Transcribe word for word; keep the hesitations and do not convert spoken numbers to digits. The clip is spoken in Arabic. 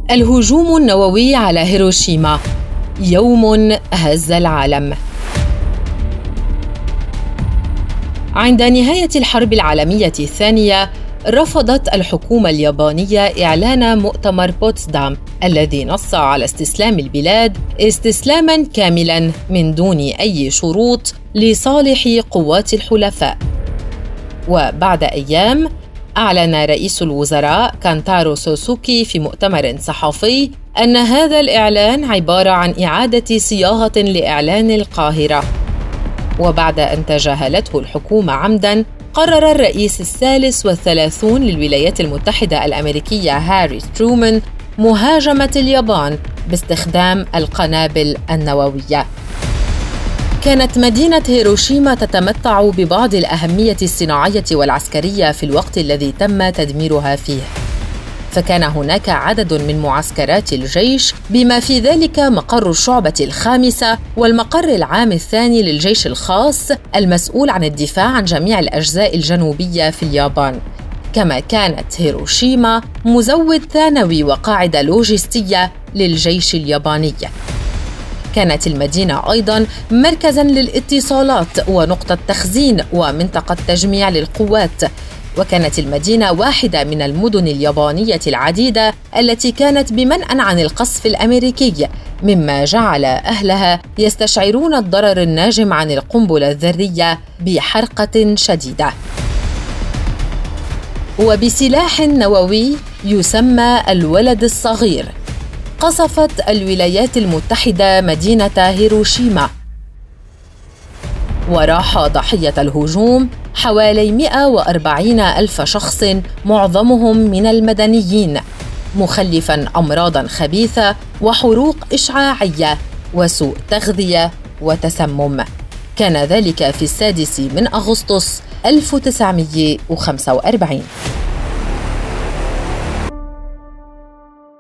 الهجوم النووي على هيروشيما، يوم هز العالم. عند نهاية الحرب العالمية الثانية، رفضت الحكومة اليابانية إعلان مؤتمر بوتسدام الذي نص على استسلام البلاد استسلاماً كاملاً من دون أي شروط لصالح قوات الحلفاء. وبعد أيام أعلن رئيس الوزراء كانتارو سوسوكي في مؤتمر صحفي أن هذا الإعلان عبارة عن إعادة صياغة لإعلان القاهرة. وبعد أن تجاهلته الحكومة عمداً، قرر الرئيس الثالث والثلاثون للولايات المتحدة الأمريكية هاري ترومان مهاجمة اليابان باستخدام القنابل النووية. كانت مدينة هيروشيما تتمتع ببعض الأهمية الصناعية والعسكرية في الوقت الذي تم تدميرها فيه، فكان هناك عدد من معسكرات الجيش بما في ذلك مقر الشعبة الخامسة والمقر العام الثاني للجيش الخاص المسؤول عن الدفاع عن جميع الأجزاء الجنوبية في اليابان. كما كانت هيروشيما مزود ثانوي وقاعدة لوجستية للجيش الياباني. كانت المدينة أيضاً مركزاً للاتصالات ونقطة تخزين ومنطقة تجميع للقوات، وكانت المدينة واحدة من المدن اليابانية العديدة التي كانت بمنأى عن القصف الأمريكي، مما جعل أهلها يستشعرون الضرر الناجم عن القنبلة الذرية بحرقة شديدة. وبسلاح نووي يسمى الولد الصغير، قصفت الولايات المتحدة مدينة هيروشيما، وراح ضحية الهجوم حوالي مئة وأربعين ألف شخص، معظمهم من المدنيين، مخلفاً أمراضاً خبيثة وحروق إشعاعية وسوء تغذية وتسمم. كان ذلك في السادس من أغسطس ألف وتسعمائة وخمسة وأربعين.